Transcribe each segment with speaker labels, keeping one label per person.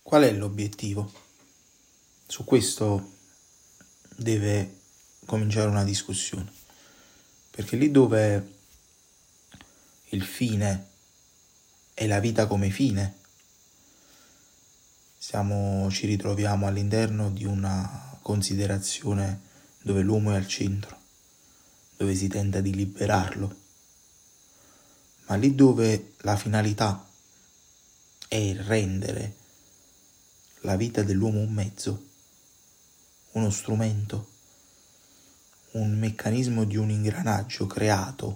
Speaker 1: Qual è l'obiettivo? Su questo deve cominciare una discussione, perché lì dove il fine è la vita come fine, ci ritroviamo all'interno di una considerazione dove l'uomo è al centro, dove si tenta di liberarlo, ma lì dove la finalità è rendere la vita dell'uomo un mezzo, uno strumento, un meccanismo di un ingranaggio creato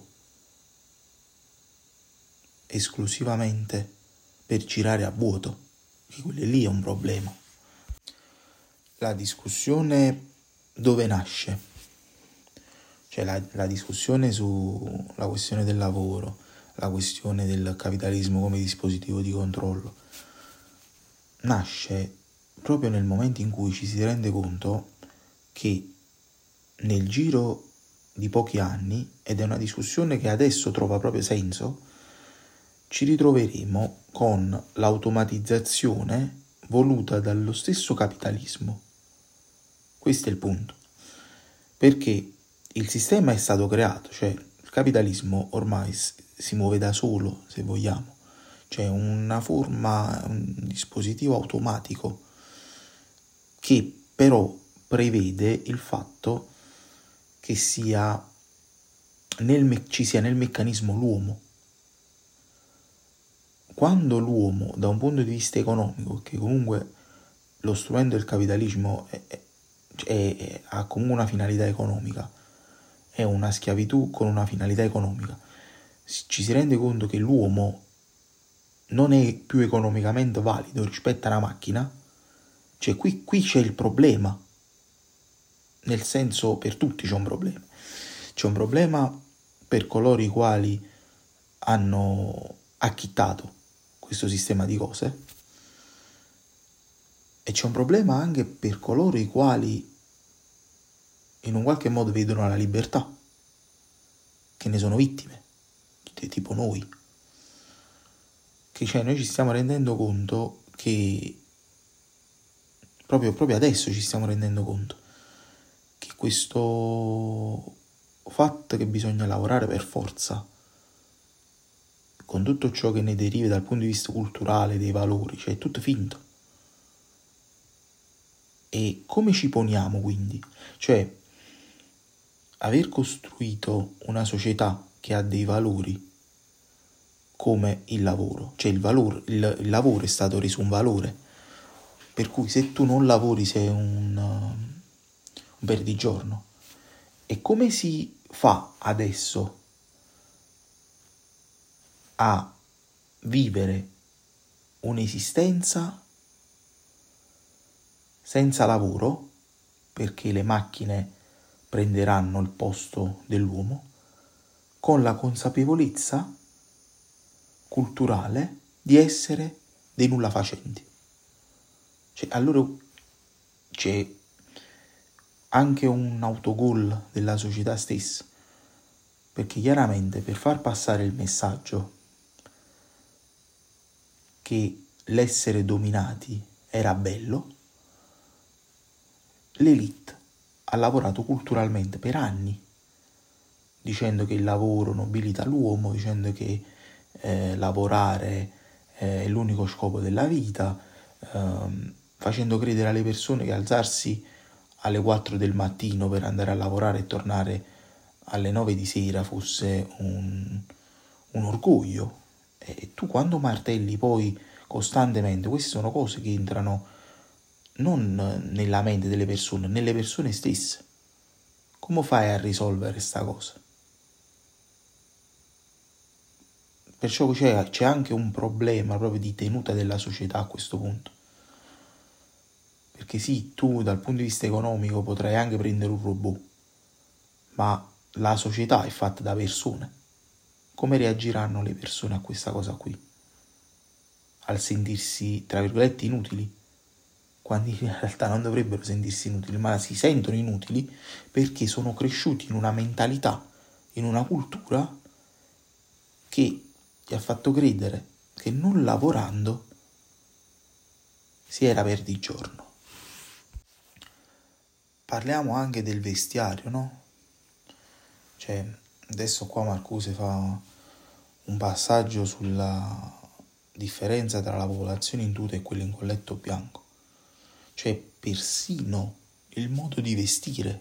Speaker 1: esclusivamente per girare a vuoto, che quello lì è un problema. La discussione dove nasce? Cioè la discussione sulla questione del lavoro, la questione del capitalismo come dispositivo di controllo, nasce proprio nel momento in cui ci si rende conto che nel giro di pochi anni, ed è una discussione che adesso trova proprio senso, ci ritroveremo con l'automatizzazione voluta dallo stesso capitalismo. Questo è il punto. Perché il sistema è stato creato, cioè il capitalismo ormai si muove da solo, se vogliamo. C'è una forma, un dispositivo automatico che però prevede il fatto che ci sia nel meccanismo l'uomo. Quando l'uomo, da un punto di vista economico, che comunque lo strumento del capitalismo ha comunque una finalità economica, è una schiavitù con una finalità economica, ci si rende conto che l'uomo non è più economicamente valido rispetto a una macchina, cioè qui c'è il problema, nel senso per tutti c'è un problema. C'è un problema per coloro i quali hanno acchittato questo sistema di cose e c'è un problema anche per coloro i quali in un qualche modo vedono la libertà, che ne sono vittime, tipo noi. Che cioè noi ci stiamo rendendo conto che proprio adesso ci stiamo rendendo conto che questo fatto che bisogna lavorare per forza con tutto ciò che ne deriva dal punto di vista culturale, dei valori, cioè è tutto finto. E come ci poniamo quindi? Cioè, aver costruito una società che ha dei valori come il lavoro, cioè il lavoro è stato reso un valore, per cui se tu non lavori sei un perdigiorno. E come si fa adesso a vivere un'esistenza senza lavoro, perché le macchine prenderanno il posto dell'uomo, con la consapevolezza culturale di essere dei nulla facenti? Cioè, allora c'è anche un autogol della società stessa, perché chiaramente per far passare il messaggio che l'essere dominati era bello, l'élite ha lavorato culturalmente per anni, dicendo che il lavoro nobilita l'uomo, dicendo che lavorare è l'unico scopo della vita, facendo credere alle persone che alzarsi alle 4 del mattino per andare a lavorare e tornare alle 9 di sera fosse un orgoglio. E tu quando martelli poi costantemente, queste sono cose che entrano non nella mente delle persone, nelle persone stesse. Come fai a risolvere questa cosa? Perciò c'è anche un problema proprio di tenuta della società a questo punto. Perché sì, tu dal punto di vista economico potrai anche prendere un robot, ma la società è fatta da persone. Come reagiranno le persone a questa cosa qui? Al sentirsi, tra virgolette, inutili? Quando in realtà non dovrebbero sentirsi inutili, ma si sentono inutili perché sono cresciuti in una mentalità, in una cultura che gli ha fatto credere che non lavorando si era per di giorno. Parliamo anche del vestiario, no? Cioè, adesso qua Marcuse fa un passaggio sulla differenza tra la popolazione in tuta e quella in colletto bianco. Cioè, persino il modo di vestire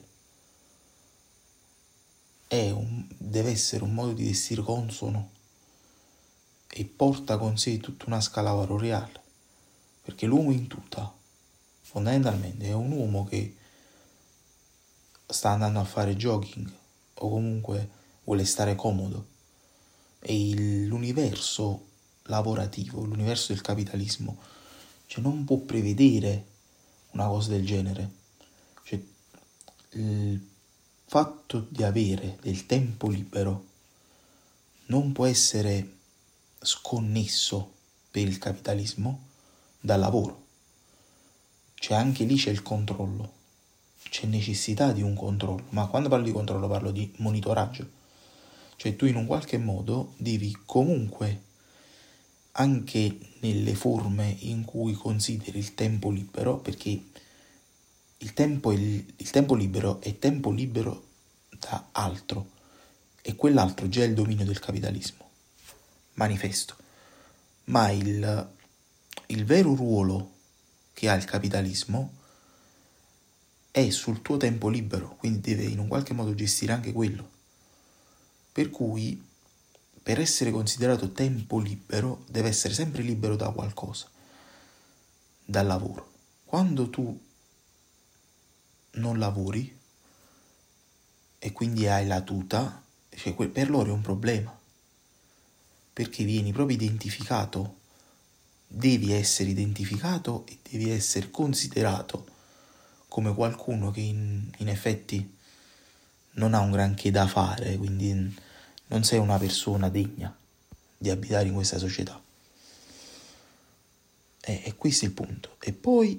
Speaker 1: deve essere un modo di vestire consono e porta con sé tutta una scala valoriale, perché l'uomo in tuta fondamentalmente è un uomo che sta andando a fare jogging o comunque vuole stare comodo, e l'universo lavorativo, l'universo del capitalismo, cioè non può prevedere una cosa del genere. Cioè, il fatto di avere del tempo libero non può essere sconnesso per il capitalismo dal lavoro. Cioè anche lì c'è il controllo, c'è necessità di un controllo, ma quando parlo di controllo parlo di monitoraggio. Cioè tu in un qualche modo devi comunque, anche nelle forme in cui consideri il tempo libero, perché il tempo libero è tempo libero da altro, e quell'altro già è il dominio del capitalismo, manifesto. Ma il vero ruolo che ha il capitalismo è sul tuo tempo libero, quindi deve in un qualche modo gestire anche quello. Per cui, per essere considerato tempo libero, deve essere sempre libero da qualcosa, dal lavoro. Quando tu non lavori e quindi hai la tuta, cioè per loro è un problema, perché vieni proprio identificato, devi essere identificato e devi essere considerato come qualcuno che in effetti non ha un granché da fare, quindi non sei una persona degna di abitare in questa società. E questo è il punto. E poi,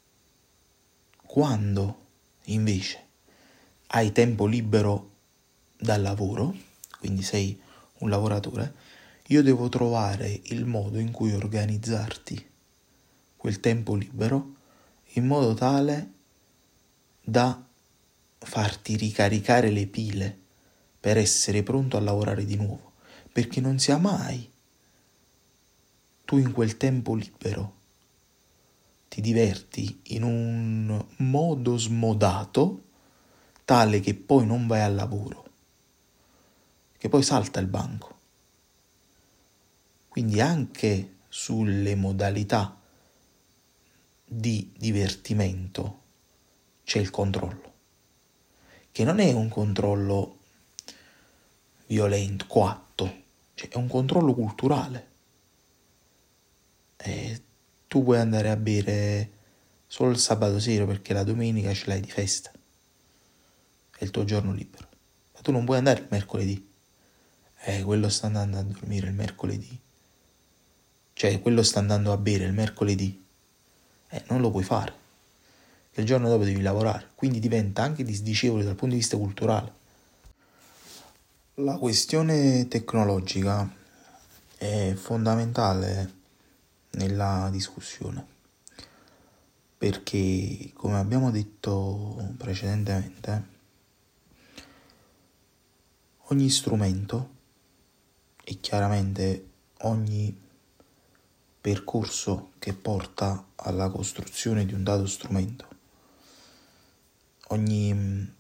Speaker 1: quando invece hai tempo libero dal lavoro, quindi sei un lavoratore, io devo trovare il modo in cui organizzarti quel tempo libero in modo tale da farti ricaricare le pile per essere pronto a lavorare di nuovo, perché non sia mai tu in quel tempo libero ti diverti in un modo smodato tale che poi non vai al lavoro, che poi salta il banco. Quindi anche sulle modalità di divertimento c'è il controllo, che non è un controllo violento, coatto, cioè è un controllo culturale. E tu puoi andare a bere solo il sabato sera perché la domenica ce l'hai di festa, è il tuo giorno libero, ma tu non puoi andare il mercoledì. Quello sta andando a dormire il mercoledì, cioè quello sta andando a bere il mercoledì, non lo puoi fare, il giorno dopo devi lavorare, quindi diventa anche disdicevole dal punto di vista culturale. La questione tecnologica è fondamentale nella discussione, perché come abbiamo detto precedentemente, ogni strumento e chiaramente ogni percorso che porta alla costruzione di un dato strumento, ogni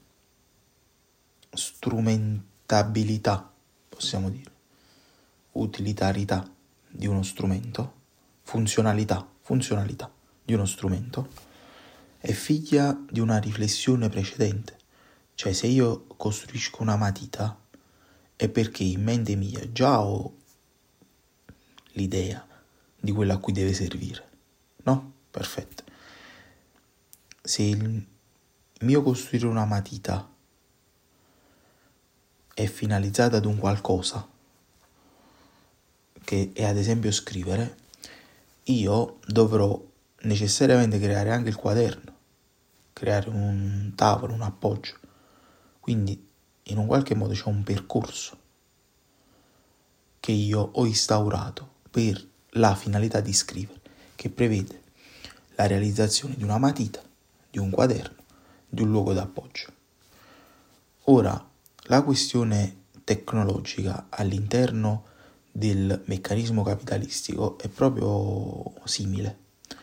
Speaker 1: strumentabilità, possiamo dire, utilitarità di uno strumento, funzionalità di uno strumento, è figlia di una riflessione precedente. Cioè, se io costruisco una matita è perché in mente mia già ho l'idea di quello a cui deve servire, no? Perfetto. Se il mio costruire una matita è finalizzata ad un qualcosa, che è ad esempio scrivere, io dovrò necessariamente creare anche il quaderno, creare un tavolo, un appoggio. Quindi in un qualche modo c'è un percorso che io ho instaurato per la finalità di scrivere, che prevede la realizzazione di una matita, di un quaderno, di un luogo d'appoggio. Ora, la questione tecnologica all'interno del meccanismo capitalistico è proprio simile.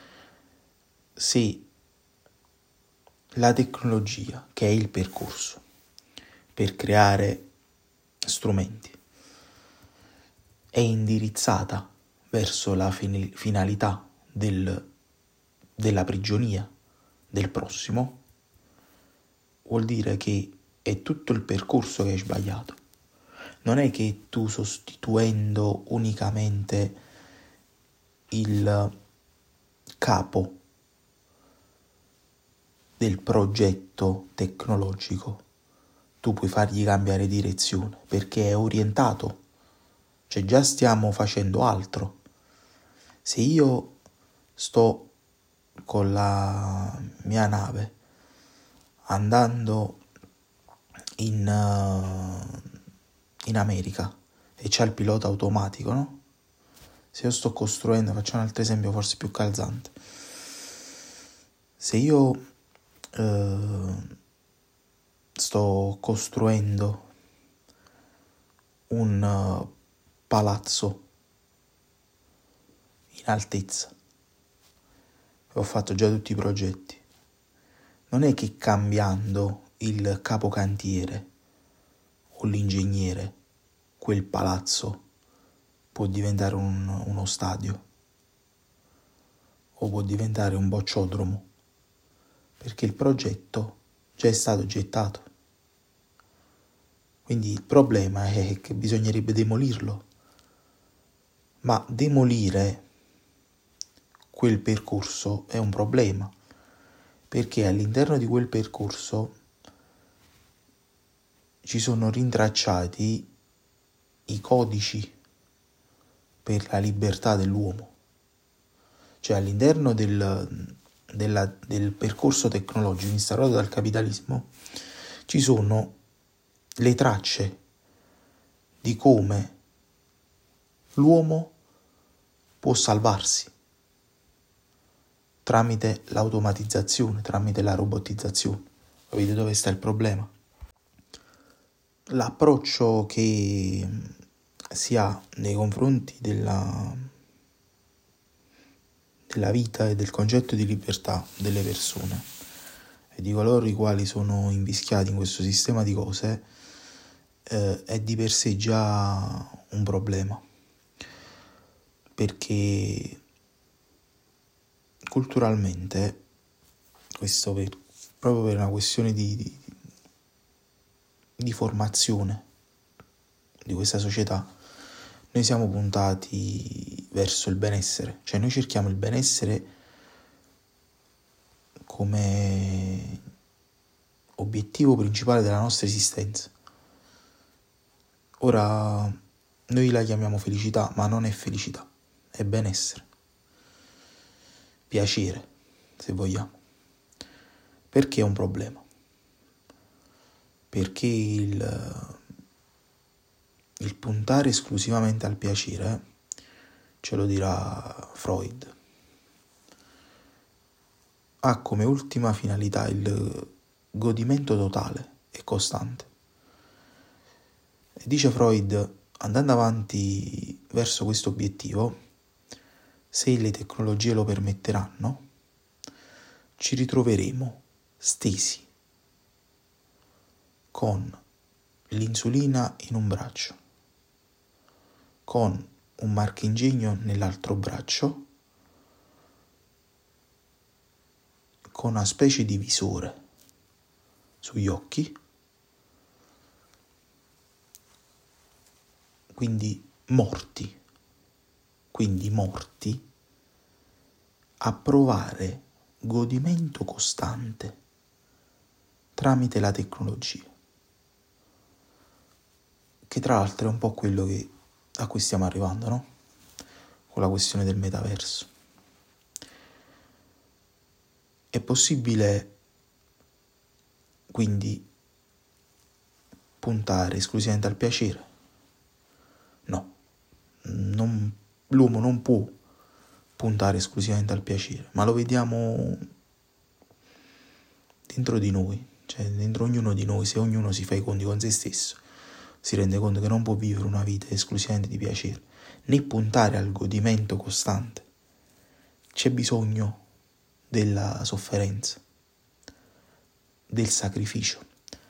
Speaker 1: Se la tecnologia, che è il percorso per creare strumenti, è indirizzata verso la finalità della prigionia del prossimo, vuol dire che è tutto il percorso che è sbagliato. Non è che tu, sostituendo unicamente il capo del progetto tecnologico, tu puoi fargli cambiare direzione, perché è orientato, cioè già stiamo facendo altro. Se io sto con la mia nave andando in America e c'è il pilota automatico, no? Se io sto costruendo, facciamo un altro esempio forse più calzante, se io sto costruendo un palazzo in altezza e ho fatto già tutti i progetti, non è che cambiando il capocantiere o l'ingegnere quel palazzo può diventare uno stadio o può diventare un bocciodromo, perché il progetto già è stato gettato. Quindi il problema è che bisognerebbe demolirlo, ma demolire quel percorso è un problema, perché all'interno di quel percorso ci sono rintracciati i codici per la libertà dell'uomo. Cioè all'interno del percorso tecnologico instaurato dal capitalismo ci sono le tracce di come l'uomo può salvarsi tramite l'automatizzazione, tramite la robotizzazione. Capite dove sta il problema? L'approccio che si ha nei confronti della vita e del concetto di libertà delle persone e di coloro i quali sono invischiati in questo sistema di cose è di per sé già un problema, perché culturalmente, questo proprio per una questione di formazione di questa società, noi siamo puntati verso il benessere, cioè noi cerchiamo il benessere come obiettivo principale della nostra esistenza. Ora, noi la chiamiamo felicità, ma non è felicità, è benessere, piacere, se vogliamo. Perché è un problema? Perché il puntare esclusivamente al piacere, ce lo dirà Freud, ha come ultima finalità il godimento totale e costante. E dice Freud, andando avanti verso questo obiettivo, se le tecnologie lo permetteranno, ci ritroveremo stesi con l'insulina in un braccio, con un marchingegno nell'altro braccio, con una specie di visore sugli occhi, quindi morti a provare godimento costante tramite la tecnologia, che tra l'altro è un po' quello a cui stiamo arrivando, no? Con la questione del metaverso. È possibile quindi puntare esclusivamente al piacere? No, l'uomo non può puntare esclusivamente al piacere, ma lo vediamo dentro di noi, cioè dentro ognuno di noi. Se ognuno si fa i conti con se stesso, si rende conto che non può vivere una vita esclusivamente di piacere, né puntare al godimento costante. C'è bisogno della sofferenza, del sacrificio.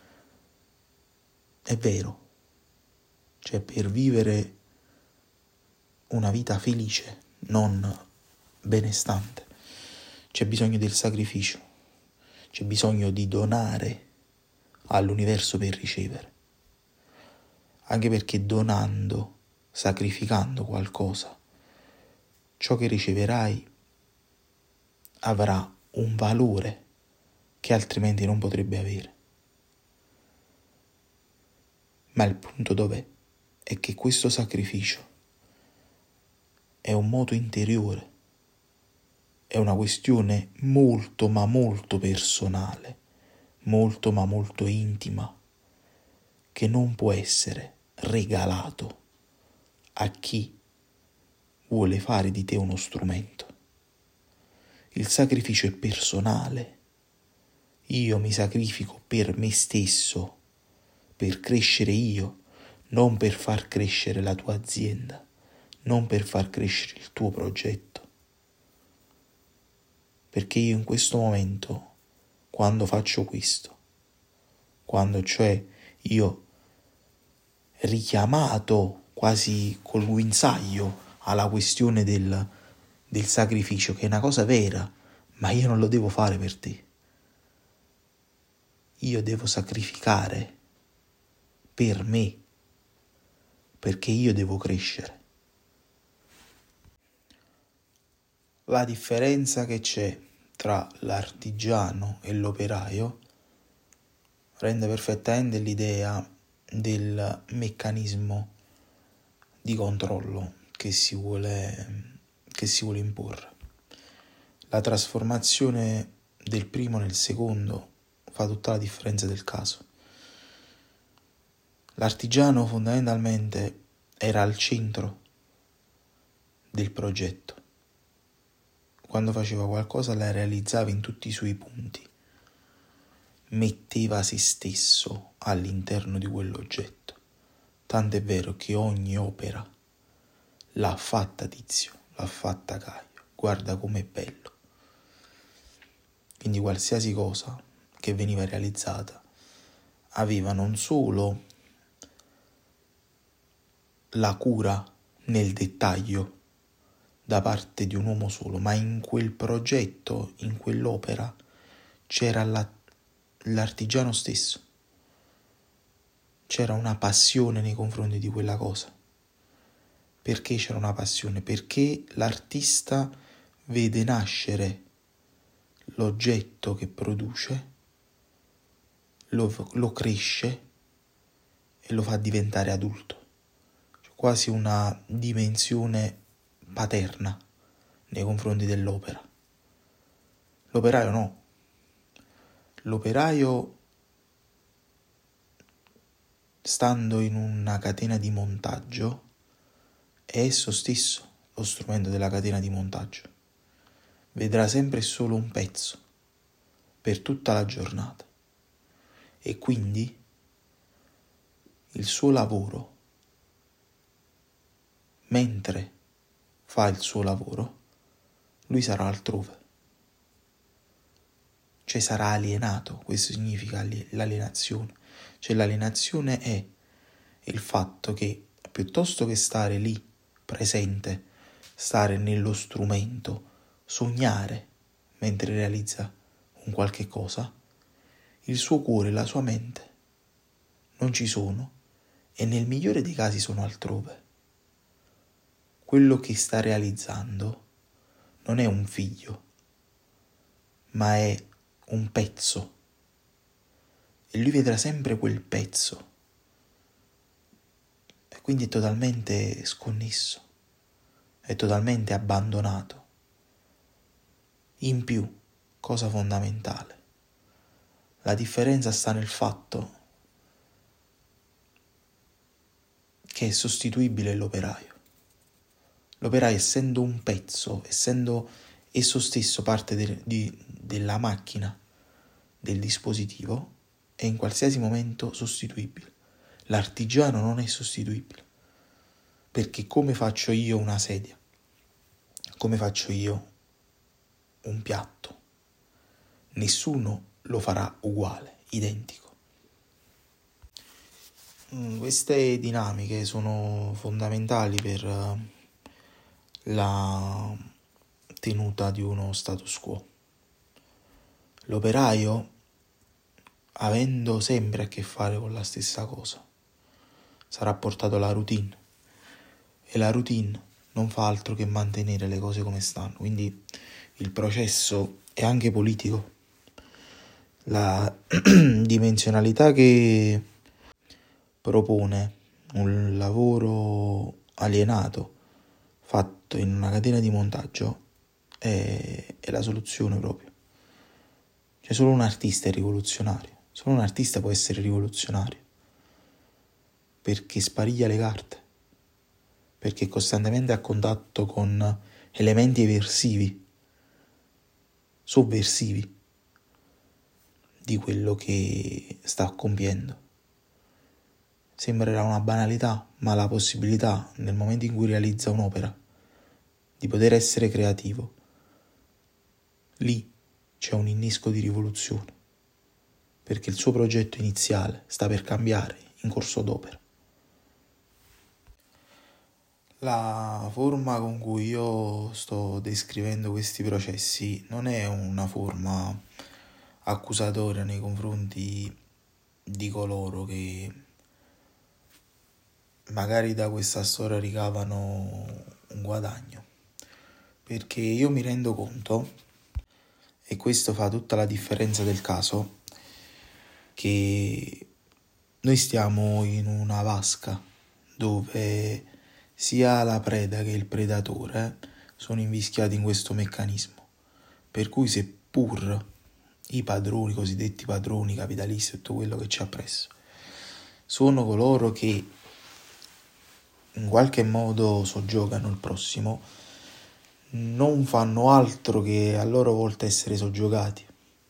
Speaker 1: È vero, cioè per vivere una vita felice, non benestante, c'è bisogno del sacrificio, c'è bisogno di donare all'universo per ricevere. Anche perché donando, sacrificando qualcosa, ciò che riceverai avrà un valore che altrimenti non potrebbe avere. Ma il punto dov'è? È che questo sacrificio è un moto interiore, è una questione molto ma molto personale, molto ma molto intima, che non può essere regalato a chi vuole fare di te uno strumento. Il sacrificio è personale. Io mi sacrifico per me stesso, per crescere io, non per far crescere la tua azienda, non per far crescere il tuo progetto. Perché io in questo momento, quando faccio questo, quando cioè io richiamato quasi col guinzaglio alla questione del sacrificio, che è una cosa vera, ma io non lo devo fare per te. Io devo sacrificare per me, perché io devo crescere. La differenza che c'è tra l'artigiano e l'operaio rende perfettamente l'idea del meccanismo di controllo che si vuole imporre. La trasformazione del primo nel secondo fa tutta la differenza del caso. L'artigiano fondamentalmente era al centro del progetto. Quando faceva qualcosa la realizzava in tutti i suoi punti, metteva se stesso all'interno di quell'oggetto. Tant'è vero che ogni opera l'ha fatta Tizio, l'ha fatta Caio, guarda com'è bello. Quindi qualsiasi cosa che veniva realizzata aveva non solo la cura nel dettaglio da parte di un uomo solo, ma in quel progetto, in quell'opera, c'era l'artigiano stesso. C'era una passione nei confronti di quella cosa. Perché c'era una passione? Perché l'artista vede nascere l'oggetto che produce, lo cresce e lo fa diventare adulto. C'è quasi una dimensione paterna nei confronti dell'opera. L'operaio no. L'operaio, stando in una catena di montaggio, è esso stesso lo strumento della catena di montaggio. Vedrà sempre solo un pezzo per tutta la giornata e quindi il suo lavoro, mentre fa il suo lavoro, lui sarà altrove, cioè sarà alienato. Questo significa l'alienazione, cioè l'alienazione è il fatto che piuttosto che stare lì presente, stare nello strumento, sognare mentre realizza un qualche cosa, il suo cuore e la sua mente non ci sono e nel migliore dei casi sono altrove. Quello che sta realizzando non è un figlio, ma è un pezzo e lui vedrà sempre quel pezzo e quindi è totalmente sconnesso, è totalmente abbandonato. In più, cosa fondamentale, la differenza sta nel fatto che è sostituibile l'operaio. L'operaio, essendo un pezzo, essendo esso stesso parte della macchina, del dispositivo, è in qualsiasi momento sostituibile. L'artigiano non è sostituibile, perché come faccio io una sedia, come faccio io un piatto, nessuno lo farà uguale, identico. Queste dinamiche sono fondamentali per la tenuta di uno status quo. L'operaio, avendo sempre a che fare con la stessa cosa, sarà portato alla routine, e la routine non fa altro che mantenere le cose come stanno. Quindi il processo è anche politico. La dimensionalità che propone un lavoro alienato fatto in una catena di montaggio è la soluzione proprio. Cioè solo un artista è rivoluzionario, solo un artista può essere rivoluzionario, perché spariglia le carte, perché è costantemente a contatto con elementi eversivi, sovversivi di quello che sta compiendo. Sembrerà una banalità, ma la possibilità, nel momento in cui realizza un'opera, di poter essere creativo, lì c'è un innesco di rivoluzione, perché il suo progetto iniziale sta per cambiare in corso d'opera. La forma con cui io sto descrivendo questi processi non è una forma accusatoria nei confronti di coloro che magari da questa storia ricavano un guadagno, perché io mi rendo conto, e questo fa tutta la differenza del caso, che noi stiamo in una vasca dove sia la preda che il predatore sono invischiati in questo meccanismo, per cui seppur i padroni, i cosiddetti padroni capitalisti, tutto quello che c'è appresso, sono coloro che in qualche modo soggiogano il prossimo, non fanno altro che a loro volta essere soggiogati.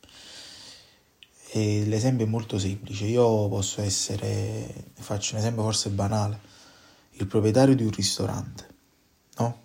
Speaker 1: E l'esempio è molto semplice. Io posso essere, faccio un esempio forse banale, il proprietario di un ristorante, no?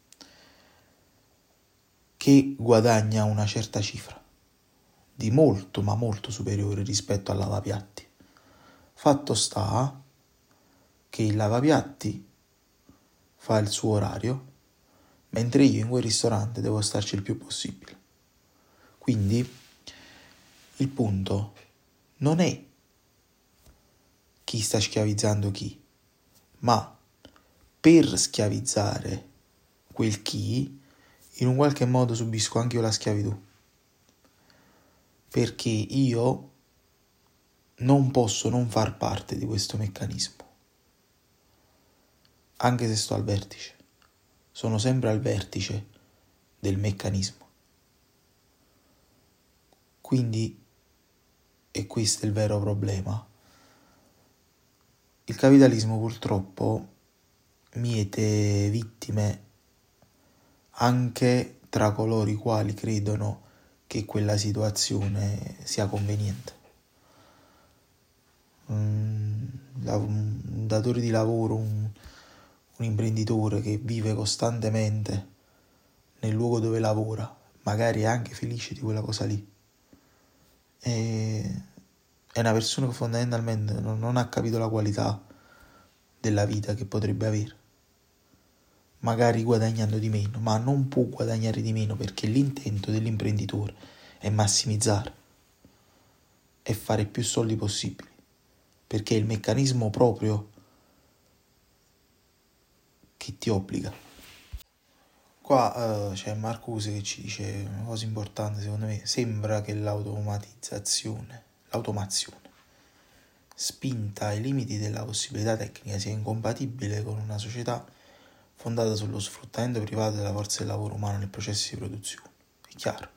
Speaker 1: Che guadagna una certa cifra, di molto ma molto superiore rispetto al lavapiatti. Fatto sta che il lavapiatti fa il suo orario, mentre io in quel ristorante devo starci il più possibile. Quindi il punto non è chi sta schiavizzando chi, ma per schiavizzare quel chi, in un qualche modo subisco anche io la schiavitù, perché io non posso non far parte di questo meccanismo, anche se sto al vertice. Sono sempre al vertice del meccanismo. Quindi, e questo è il vero problema, il capitalismo purtroppo miete vittime anche tra coloro i quali credono che quella situazione sia conveniente. Un datore di lavoro, un imprenditore che vive costantemente nel luogo dove lavora, magari è anche felice di quella cosa lì, è una persona che fondamentalmente non ha capito la qualità della vita che potrebbe avere, magari guadagnando di meno, ma non può guadagnare di meno perché l'intento dell'imprenditore è massimizzare e fare più soldi possibili, perché è il meccanismo proprio che ti obbliga. Qua c'è Marcuse che ci dice una cosa importante, secondo me: sembra che l'automazione, spinta ai limiti della possibilità tecnica, sia incompatibile con una società fondata sullo sfruttamento privato della forza del lavoro umano nei processi di produzione. È chiaro.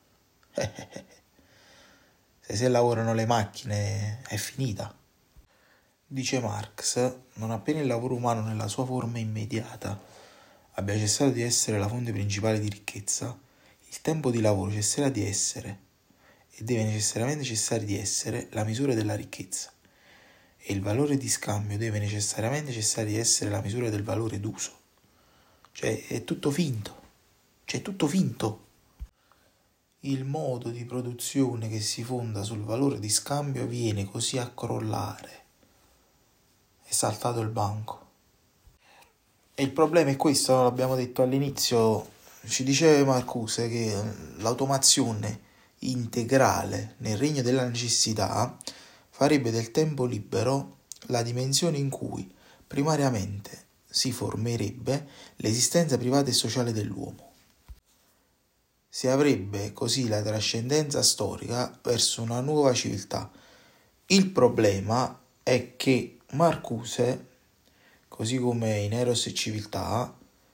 Speaker 1: Se lavorano le macchine è finita. Dice Marx: non appena il lavoro umano nella sua forma immediata abbia cessato di essere la fonte principale di ricchezza, il tempo di lavoro cesserà di essere e deve necessariamente cessare di essere la misura della ricchezza e il valore di scambio deve necessariamente cessare di essere la misura del valore d'uso. Cioè è tutto finto, cioè è tutto finto. Il modo di produzione che si fonda sul valore di scambio viene così a crollare. È saltato il banco. E il problema è questo, l'abbiamo detto all'inizio, ci diceva Marcuse che l'automazione integrale nel regno della necessità farebbe del tempo libero la dimensione in cui primariamente si formerebbe l'esistenza privata e sociale dell'uomo. Si avrebbe così la trascendenza storica verso una nuova civiltà. Il problema è che Marcuse, così come in Eros e Civiltà,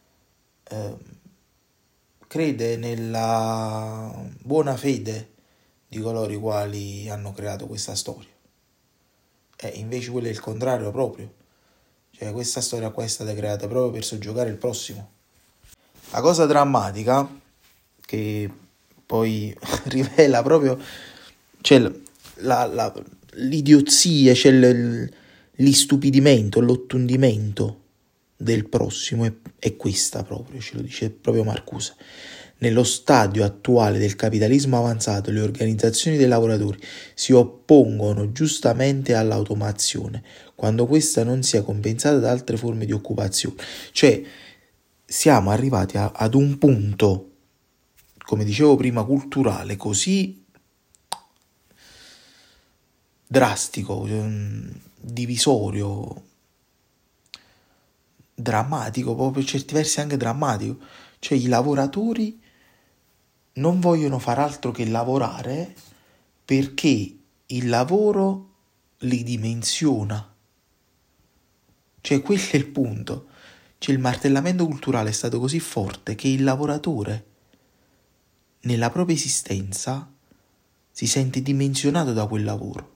Speaker 1: crede nella buona fede di coloro i quali hanno creato questa storia. E invece quello è il contrario proprio. Cioè questa storia qua è stata creata proprio per soggiogare il prossimo. La cosa drammatica, che poi rivela proprio l'idiozia, l'istupidimento, l'ottundimento del prossimo è questa proprio, ce lo dice proprio Marcuse. Nello stadio attuale del capitalismo avanzato, le organizzazioni dei lavoratori si oppongono giustamente all'automazione, quando questa non sia compensata da altre forme di occupazione. Cioè, siamo arrivati ad un punto, come dicevo prima, culturale, così drastico, divisorio, drammatico, proprio per certi versi anche drammatico. Cioè i lavoratori non vogliono far altro che lavorare perché il lavoro li dimensiona. Cioè quello è il punto. Cioè il martellamento culturale è stato così forte che il lavoratore nella propria esistenza si sente dimensionato da quel lavoro.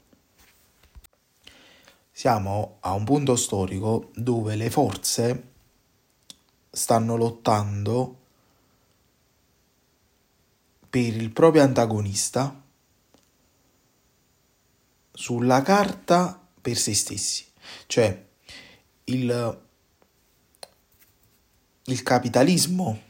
Speaker 1: Siamo a un punto storico dove le forze stanno lottando per il proprio antagonista sulla carta per se stessi. Cioè il capitalismo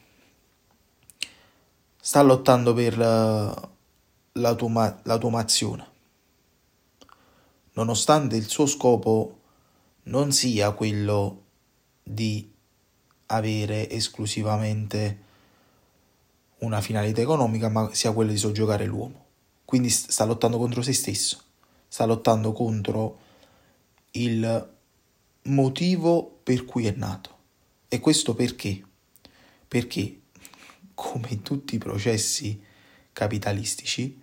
Speaker 1: sta lottando per l'automazione, nonostante il suo scopo non sia quello di avere esclusivamente una finalità economica, ma sia quello di soggiogare l'uomo. Quindi sta lottando contro se stesso, sta lottando contro il motivo per cui è nato. E questo perché? Perché, come in tutti i processi capitalistici,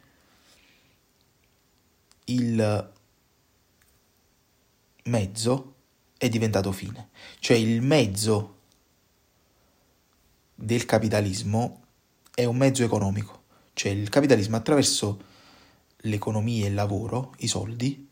Speaker 1: il mezzo è diventato fine. Cioè il mezzo del capitalismo è un mezzo economico. Cioè il capitalismo attraverso l'economia e il lavoro, i soldi,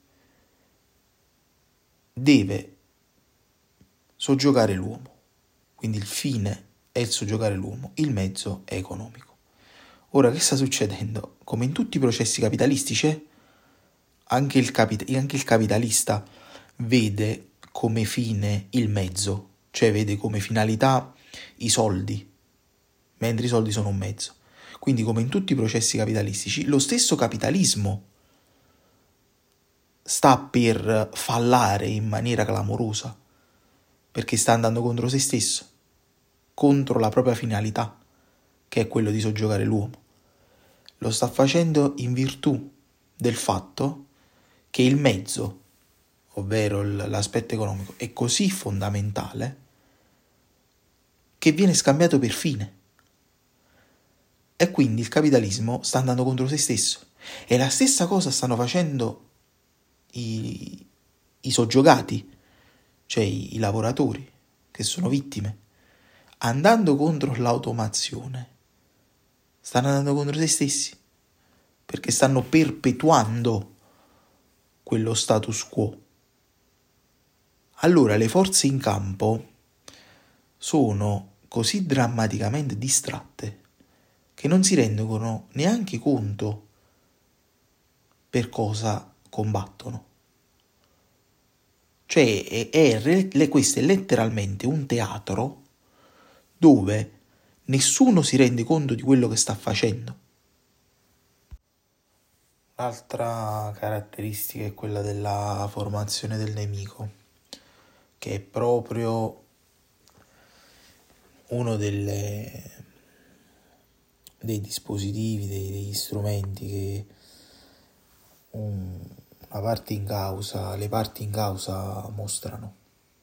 Speaker 1: deve soggiogare l'uomo. Quindi il fine è il soggiogare l'uomo, il mezzo è economico. Ora, che sta succedendo? Come in tutti i processi capitalistici, anche il capitalista vede come fine il mezzo, cioè vede come finalità i soldi, mentre i soldi sono un mezzo. Quindi, come in tutti i processi capitalistici, lo stesso capitalismo sta per fallare in maniera clamorosa, perché sta andando contro se stesso, contro la propria finalità, che è quello di soggiogare l'uomo. Lo sta facendo in virtù del fatto che il mezzo, ovvero l'aspetto economico, è così fondamentale che viene scambiato per fine. E quindi il capitalismo sta andando contro se stesso. E la stessa cosa stanno facendo i soggiogati, cioè i lavoratori, che sono vittime. Andando contro l'automazione, stanno andando contro se stessi, perché stanno perpetuando quello status quo. Allora le forze in campo sono così drammaticamente distratte che non si rendono neanche conto per cosa combattono. Cioè questo è letteralmente un teatro dove nessuno si rende conto di quello che sta facendo. L'altra caratteristica è quella della formazione del nemico, che è proprio uno dei dispositivi, degli strumenti che le parti in causa mostrano.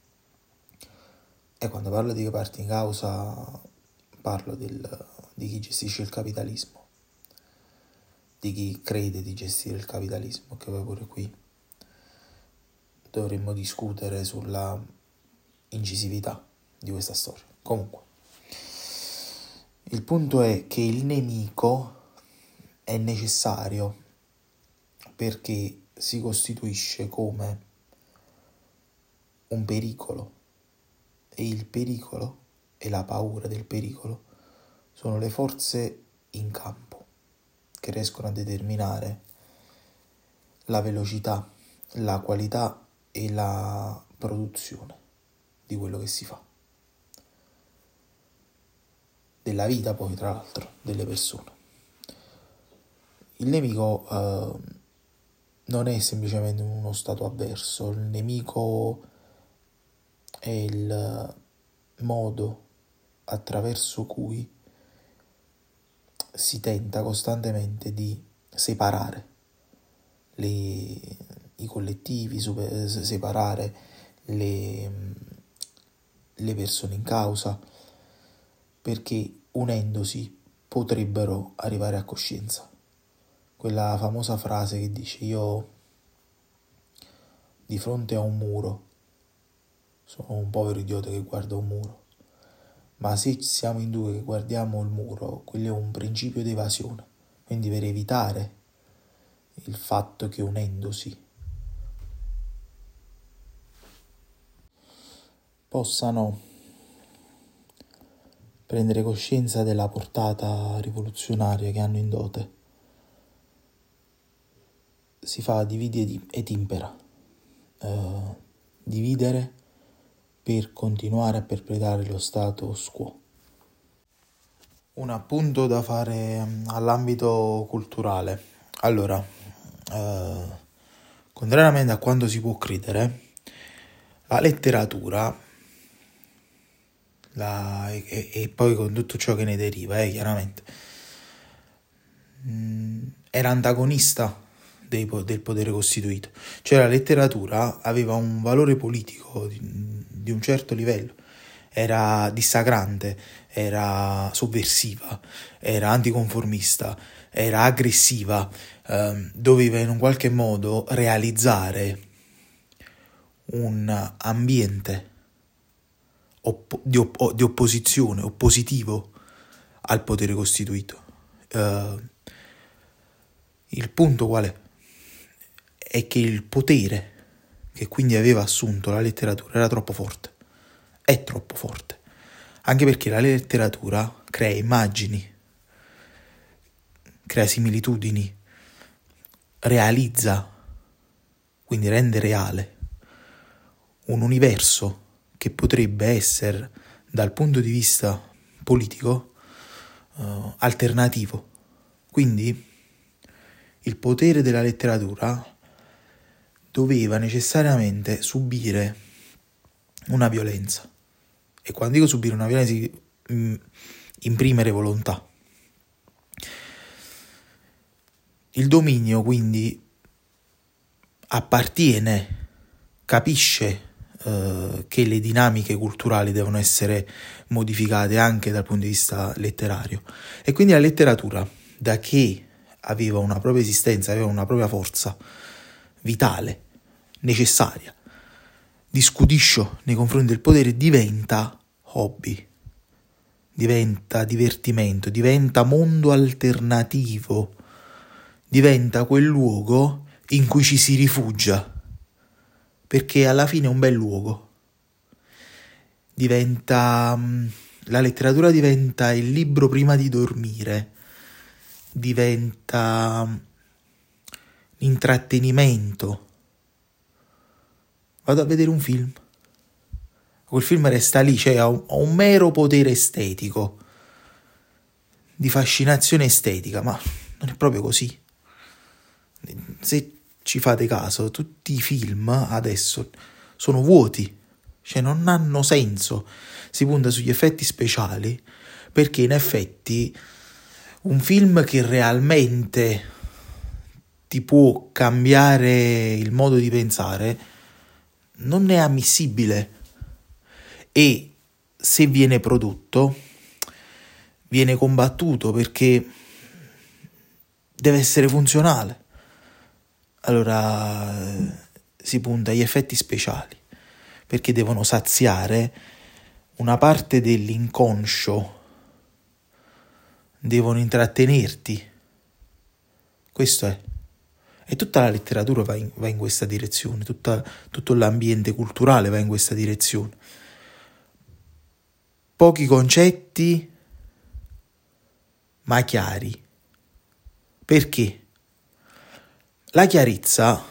Speaker 1: E quando parlo di parti in causa parlo di chi gestisce il capitalismo, di chi crede di gestire il capitalismo, che poi pure qui dovremmo discutere sulla incisività di questa storia. Comunque, il punto è che il nemico è necessario perché si costituisce come un pericolo, e il pericolo e la paura del pericolo sono le forze in campo che riescono a determinare la velocità, la qualità e la produzione di quello che si fa. Della vita poi, tra l'altro, delle persone. Il nemico non è semplicemente uno stato avverso, il nemico è il modo attraverso cui si tenta costantemente di separare i collettivi, separare le persone in causa, perché unendosi potrebbero arrivare a coscienza. Quella famosa frase che dice: io di fronte a un muro sono un povero idiota che guarda un muro, ma se siamo in due che guardiamo il muro, quello è un principio di evasione. Quindi per evitare il fatto che unendosi possano prendere coscienza della portata rivoluzionaria che hanno in dote, si fa dividi et impera. Dividere per continuare a perpetrare lo status quo. Un appunto da fare all'ambito culturale. Allora, contrariamente a quanto si può credere, la letteratura e poi con tutto ciò che ne deriva, chiaramente, era antagonista del potere costituito. Cioè la letteratura aveva un valore politico di un certo livello, era dissacrante, era sovversiva, era anticonformista, era aggressiva, doveva in un qualche modo realizzare un ambiente di opposizione, oppositivo al potere costituito. Il punto qual è? È che il potere che quindi aveva assunto la letteratura era troppo forte, è troppo forte, anche perché la letteratura crea immagini, crea similitudini, realizza, quindi rende reale un universo che potrebbe essere dal punto di vista politico alternativo. Quindi il potere della letteratura doveva necessariamente subire una violenza. E quando dico subire una violenza, imprimere volontà. Il dominio quindi appartiene, capisce che le dinamiche culturali devono essere modificate anche dal punto di vista letterario. E quindi la letteratura, da che aveva una propria esistenza, aveva una propria forza vitale, necessaria, di scudiscio nei confronti del potere, diventa hobby, diventa divertimento, diventa mondo alternativo, diventa quel luogo in cui ci si rifugia, perché alla fine è un bel luogo, diventa la letteratura diventa il libro prima di dormire, diventa intrattenimento. Vado a vedere un film, quel film resta lì, cioè ha un mero potere estetico, di fascinazione estetica, ma non è proprio così. Se ci fate caso, tutti i film adesso sono vuoti, cioè non hanno senso. Si punta sugli effetti speciali, perché in effetti un film che realmente ti può cambiare il modo di pensare non è ammissibile, e se viene prodotto viene combattuto perché deve essere funzionale. Allora si punta agli effetti speciali perché devono saziare una parte dell'inconscio, devono intrattenerti. Questo è. E tutta la letteratura va in questa direzione, tutto l'ambiente culturale va in questa direzione. Pochi concetti, ma chiari. Perché? La chiarezza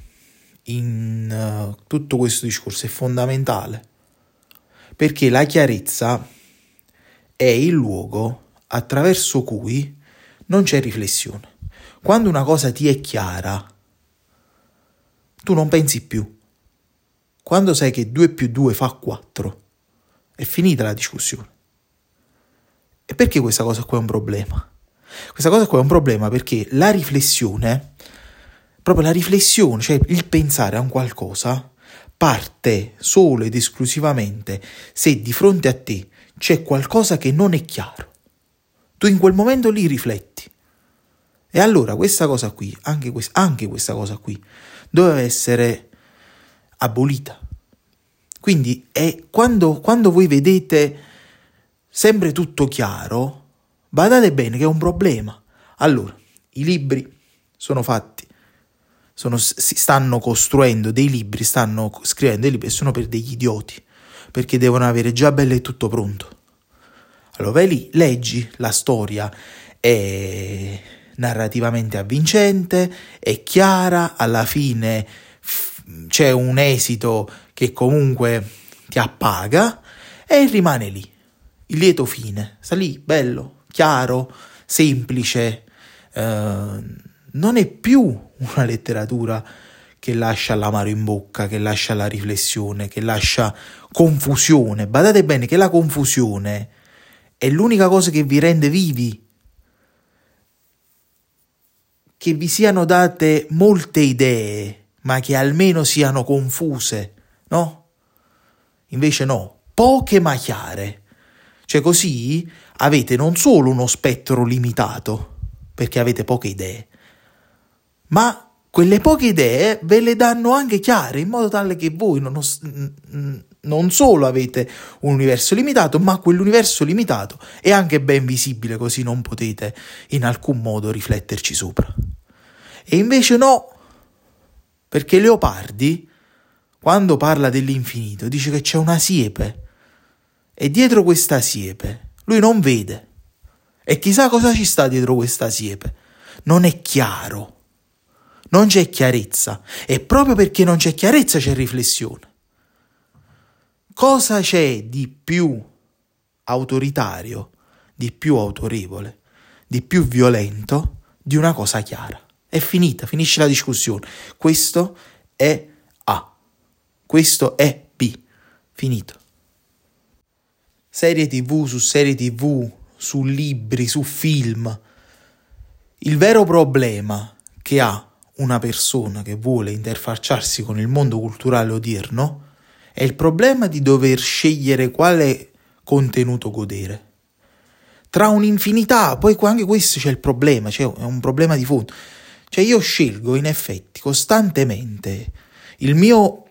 Speaker 1: in tutto questo discorso è fondamentale, perché la chiarezza è il luogo attraverso cui non c'è riflessione. Quando una cosa ti è chiara, tu non pensi più. Quando sai che 2 più 2 fa 4, è finita la discussione. E perché questa cosa qua è un problema? Questa cosa qua è un problema perché la riflessione, proprio la riflessione, cioè il pensare a un qualcosa, parte solo ed esclusivamente se di fronte a te c'è qualcosa che non è chiaro. Tu in quel momento lì rifletti. E allora questa cosa qui, anche questa cosa qui, doveva essere abolita. Quindi quando voi vedete sempre tutto chiaro, badate bene che è un problema. Allora, i libri sono fatti, si stanno costruendo dei libri, stanno scrivendo dei libri e sono per degli idioti, perché devono avere già bello e tutto pronto. Allora vai lì, leggi, la storia è narrativamente avvincente, è chiara, alla fine c'è un esito che comunque ti appaga e rimane lì. Il lieto fine, sta lì, bello, chiaro, semplice, non è più una letteratura che lascia l'amaro in bocca, che lascia la riflessione, che lascia confusione. Badate bene che la confusione è l'unica cosa che vi rende vivi. Che vi siano date molte idee, ma che almeno siano confuse, no? Invece no, poche ma chiare. Cioè così avete non solo uno spettro limitato, perché avete poche idee, ma quelle poche idee ve le danno anche chiare, in modo tale che voi non solo avete un universo limitato, ma quell'universo limitato è anche ben visibile, così non potete in alcun modo rifletterci sopra. E invece no, perché Leopardi, quando parla dell'infinito, dice che c'è una siepe, e dietro questa siepe lui non vede, e chissà cosa ci sta dietro questa siepe. Non è chiaro, non c'è chiarezza, e proprio perché non c'è chiarezza c'è riflessione. Cosa c'è di più autoritario, di più autorevole, di più violento di una cosa chiara? È finita, finisce la discussione. Questo è A, questo è B, finito. Serie TV su serie TV, su libri, su film. Il vero problema che ha una persona che vuole interfacciarsi con il mondo culturale odierno è il problema di dover scegliere quale contenuto godere. Tra un'infinità, poi anche questo c'è il problema, cioè è un problema di fondo. Cioè io scelgo in effetti costantemente il mio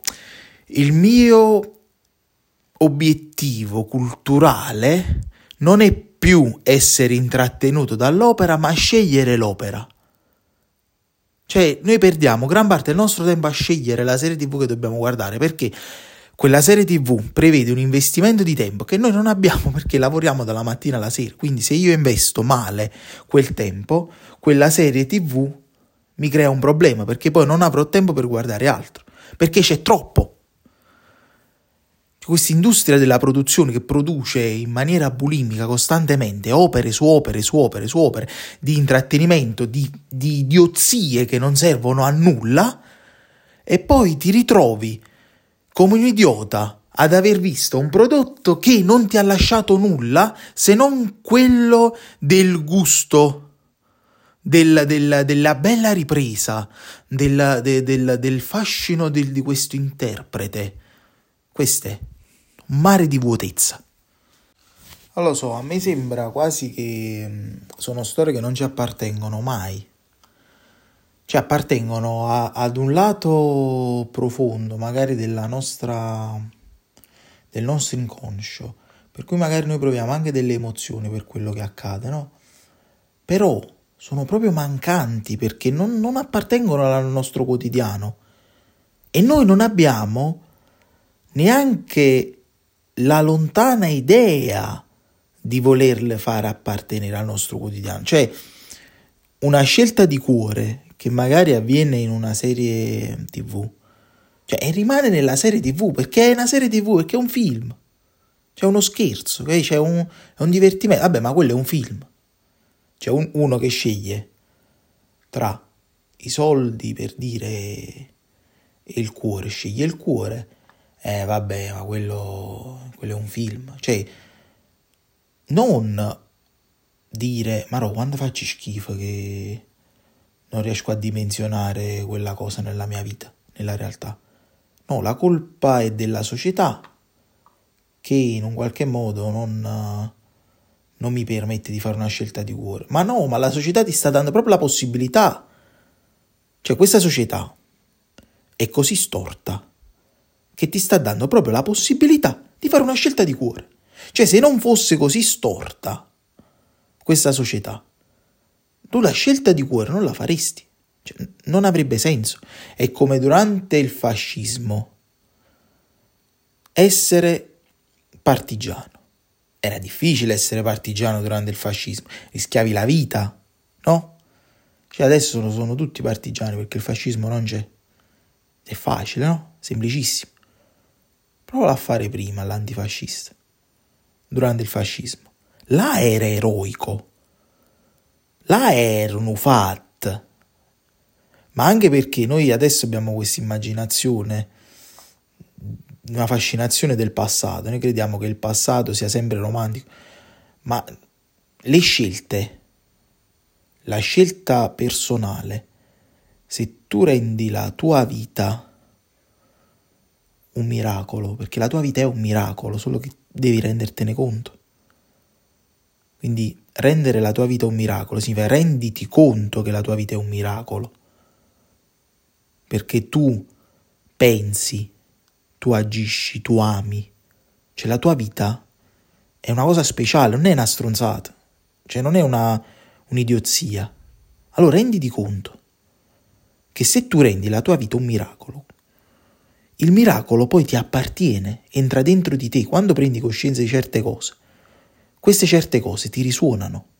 Speaker 1: obiettivo culturale non è più essere intrattenuto dall'opera, ma scegliere l'opera. Cioè noi perdiamo gran parte del nostro tempo a scegliere la serie TV che dobbiamo guardare, perché quella serie TV prevede un investimento di tempo che noi non abbiamo perché lavoriamo dalla mattina alla sera. Quindi se io investo male quel tempo, quella serie TV mi crea un problema perché poi non avrò tempo per guardare altro, perché c'è troppo. Questa industria della produzione che produce in maniera bulimica costantemente opere su opere su opere su opere di intrattenimento, di idiozie che non servono a nulla, e poi ti ritrovi come un idiota ad aver visto un prodotto che non ti ha lasciato nulla se non quello del gusto, della bella ripresa, del fascino di questo interprete. Questo è un mare di vuotezza. Non lo so, a me sembra quasi che sono storie che non ci appartengono mai. Cioè appartengono ad un lato profondo, magari del nostro inconscio, per cui magari noi proviamo anche delle emozioni per quello che accade, no? Però sono proprio mancanti perché non appartengono al nostro quotidiano e noi non abbiamo neanche la lontana idea di volerle fare appartenere al nostro quotidiano. Cioè una scelta di cuore che magari avviene in una serie TV, cioè e rimane nella serie TV perché è una serie TV, perché è un film, c'è uno scherzo, okay? È un divertimento. Vabbè, ma quello è un film. C'è uno che sceglie tra i soldi, per dire, e il cuore, sceglie il cuore. Vabbè, ma quello è un film. Cioè, non dire, ma no, quando faccio schifo che non riesco a dimensionare quella cosa nella mia vita, nella realtà. No, la colpa è della società che in un qualche modo non mi permette di fare una scelta di cuore. Ma no, ma la società ti sta dando proprio la possibilità. Cioè questa società è così storta che ti sta dando proprio la possibilità di fare una scelta di cuore. Cioè se non fosse così storta questa società, tu la scelta di cuore non la faresti. Cioè, non avrebbe senso. È come durante il fascismo essere partigiano. Era difficile essere partigiano durante il fascismo, rischiavi la vita, no? Cioè adesso sono tutti partigiani perché il fascismo non c'è. È facile, no? Semplicissimo. Prova a fare prima l'antifascista, durante il fascismo. Là era eroico, là erano fatti, ma anche perché noi adesso abbiamo questa immaginazione, una fascinazione del passato, noi crediamo che il passato sia sempre romantico, ma le scelte, la scelta personale, se tu rendi la tua vita un miracolo, perché la tua vita è un miracolo, solo che devi rendertene conto. Quindi rendere la tua vita un miracolo significa renditi conto che la tua vita è un miracolo, perché tu pensi, tu agisci, tu ami. Cioè la tua vita è una cosa speciale, non è una stronzata, cioè non è un'idiozia. Allora renditi conto che se tu rendi la tua vita un miracolo, il miracolo poi ti appartiene, entra dentro di te. Quando prendi coscienza di certe cose, queste certe cose ti risuonano.